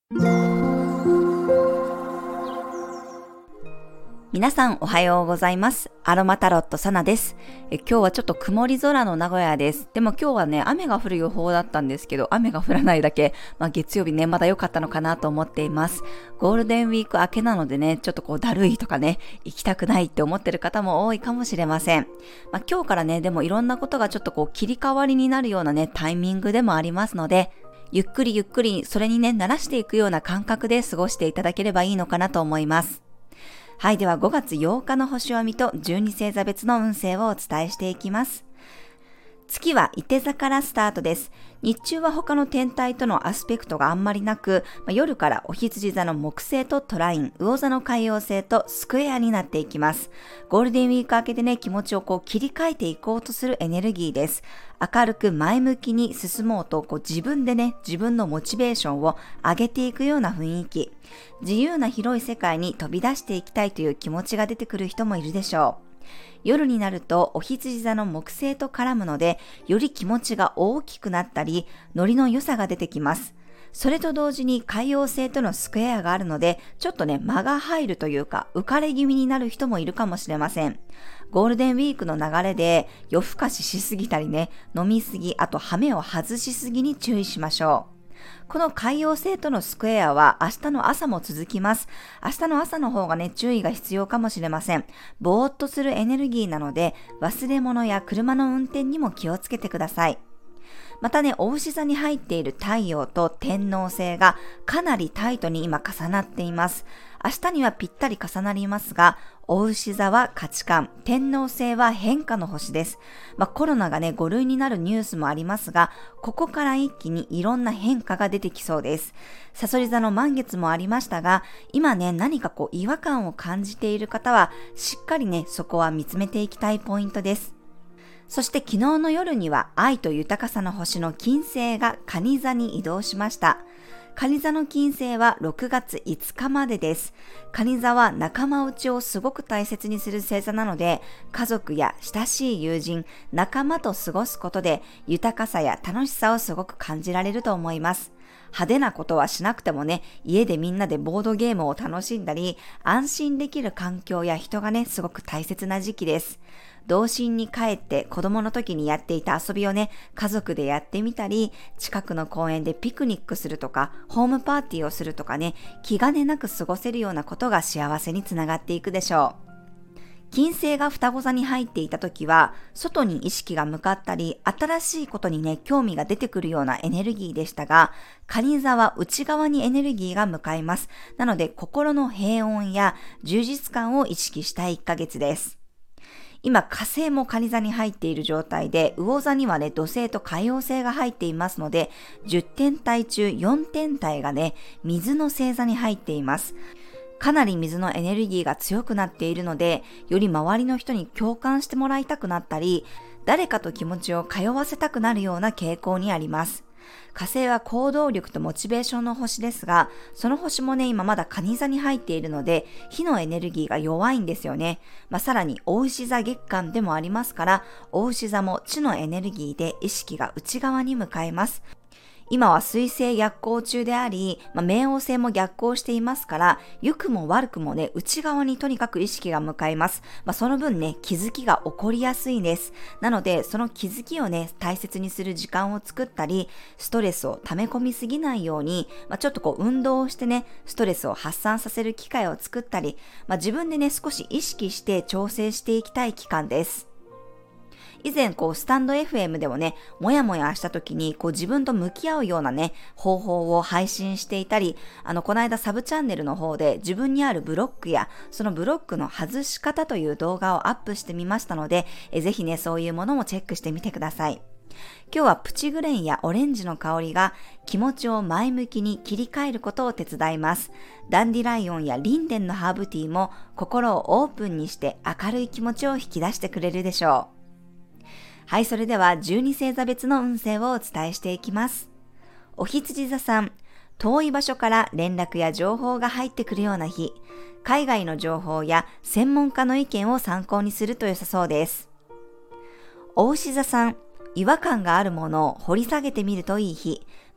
皆さんおはようございます。アロマタロットサナです。今日はちょっと曇り空の名古屋です。でも今日はね、雨が降る予報だったんですけど、雨が降らないだけ、月曜日ね、まだ良かったのかなと思っています。ゴールデンウィーク明けなのでね、ちょっとだるいとかね、行きたくないって思ってる方も多いかもしれません。今日からね、でもいろんなことがちょっと切り替わりになるようなね、タイミングでもありますので、ゆっくりゆっくりそれにね、慣らしていくような感覚で過ごしていただければいいのかなと思います。はい、では5月8日の星読みと12星座別の運勢をお伝えしていきます。月は射手座からスタートです。日中は他の天体とのアスペクトがあんまりなく、夜からお羊座の木星とトライン、魚座の海王星とスクエアになっていきます。ゴールデンウィーク明けでね、気持ちを切り替えていこうとするエネルギーです。明るく前向きに進もうと自分でね、自分のモチベーションを上げていくような雰囲気。自由な広い世界に飛び出していきたいという気持ちが出てくる人もいるでしょう。夜になるとお羊座の木星と絡むので、より気持ちが大きくなったり、ノリの良さが出てきます。それと同時に海王星とのスクエアがあるので、ちょっとね、間が入るというか、浮かれ気味になる人もいるかもしれません。ゴールデンウィークの流れで、夜更かししすぎたりね、飲みすぎ、あと羽目を外しすぎに注意しましょう。この海王星とのスクエアは明日の朝も続きます。明日の朝の方がね、注意が必要かもしれません。ぼーっとするエネルギーなので、忘れ物や車の運転にも気をつけてください。またね、牡牛座に入っている太陽と天王星がかなりタイトに今重なっています。明日にはぴったり重なりますが、牡牛座は価値観、天王星は変化の星です。コロナがね、5類になるニュースもありますが、ここから一気にいろんな変化が出てきそうです。蠍座の満月もありましたが、今ね、何か違和感を感じている方は、しっかりね、そこは見つめていきたいポイントです。そして昨日の夜には愛と豊かさの星の金星が蟹座に移動しました。蟹座の金星は6月5日までです。蟹座は仲間内をすごく大切にする星座なので、家族や親しい友人、仲間と過ごすことで豊かさや楽しさをすごく感じられると思います。派手なことはしなくてもね、家でみんなでボードゲームを楽しんだり、安心できる環境や人がね、すごく大切な時期です。童心に帰って子供の時にやっていた遊びをね、家族でやってみたり、近くの公園でピクニックするとか、ホームパーティーをするとかね、気兼ねなく過ごせるようなことが幸せにつながっていくでしょう。金星が双子座に入っていた時は、外に意識が向かったり、新しいことにね、興味が出てくるようなエネルギーでしたが、蟹座は内側にエネルギーが向かいます。なので、心の平穏や充実感を意識した1ヶ月です。今、火星も蟹座に入っている状態で、魚座にはね、土星と海王星が入っていますので、10天体中4天体がね、水の星座に入っています。かなり水のエネルギーが強くなっているので、より周りの人に共感してもらいたくなったり、誰かと気持ちを通わせたくなるような傾向にあります。火星は行動力とモチベーションの星ですが、その星もね、今まだ蟹座に入っているので、火のエネルギーが弱いんですよね。さらに、牡牛座月間でもありますから、牡牛座も地のエネルギーで意識が内側に向かいます。今は水星逆行中であり、冥王星も逆行していますから、良くも悪くもね、内側にとにかく意識が向かいます。その分ね、気づきが起こりやすいんです。なので、その気づきをね、大切にする時間を作ったり、ストレスを溜め込みすぎないように、ちょっと運動をしてね、ストレスを発散させる機会を作ったり、自分でね、少し意識して調整していきたい期間です。以前スタンド FM でもね、もやもやした時に自分と向き合うようなね、方法を配信していたり、この間サブチャンネルの方で自分にあるブロックや、そのブロックの外し方という動画をアップしてみましたので、ぜひね、そういうものもチェックしてみてください。今日はプチグレンやオレンジの香りが気持ちを前向きに切り替えることを手伝います。ダンディライオンやリンデンのハーブティーも心をオープンにして明るい気持ちを引き出してくれるでしょう。はい、それでは12星座別の運勢をお伝えしていきます。お羊座さん、遠い場所から連絡や情報が入ってくるような日、海外の情報や専門家の意見を参考にすると良さそうです。お牛座さん、違和感があるものを掘り下げてみるといい日、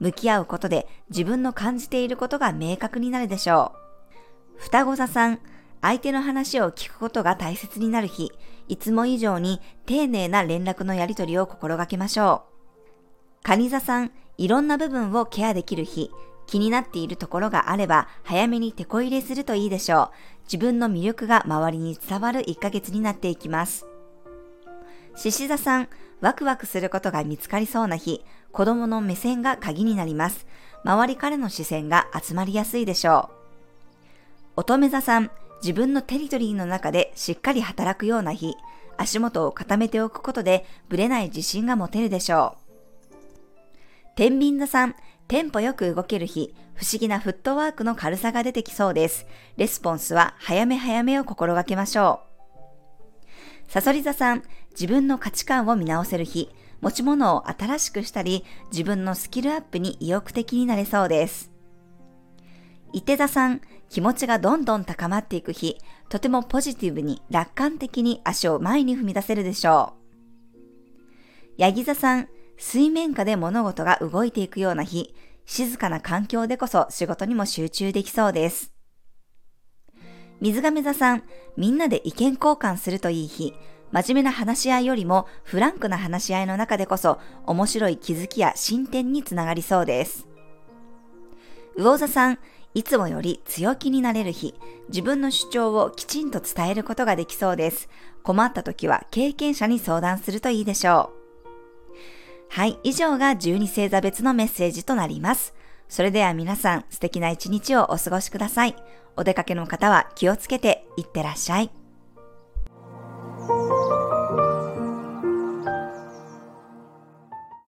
向き合うことで自分の感じていることが明確になるでしょう。双子座さん、相手の話を聞くことが大切になる日、いつも以上に丁寧な連絡のやり取りを心がけましょう。蟹座さん、いろんな部分をケアできる日、気になっているところがあれば早めに手こ入れするといいでしょう。自分の魅力が周りに伝わる1ヶ月になっていきます。獅子座さん、ワクワクすることが見つかりそうな日、子供の目線が鍵になります。周りからの視線が集まりやすいでしょう。乙女座さん、自分のテリトリーの中でしっかり働くような日、足元を固めておくことでブレない自信が持てるでしょう。天秤座さん、テンポよく動ける日、不思議なフットワークの軽さが出てきそうです。レスポンスは早め早めを心がけましょう。蠍座さん、自分の価値観を見直せる日、持ち物を新しくしたり、自分のスキルアップに意欲的になれそうです。射手座さん、気持ちがどんどん高まっていく日、とてもポジティブに楽観的に足を前に踏み出せるでしょう。ヤギ座さん、水面下で物事が動いていくような日、静かな環境でこそ仕事にも集中できそうです。水亀座さん、みんなで意見交換するといい日、真面目な話し合いよりもフランクな話し合いの中でこそ面白い気づきや進展につながりそうです。魚座さん、いつもより強気になれる日、自分の主張をきちんと伝えることができそうです。困った時は経験者に相談するといいでしょう。はい、以上が12星座別のメッセージとなります。それでは皆さん、素敵な一日をお過ごしください。お出かけの方は気をつけていってらっしゃい。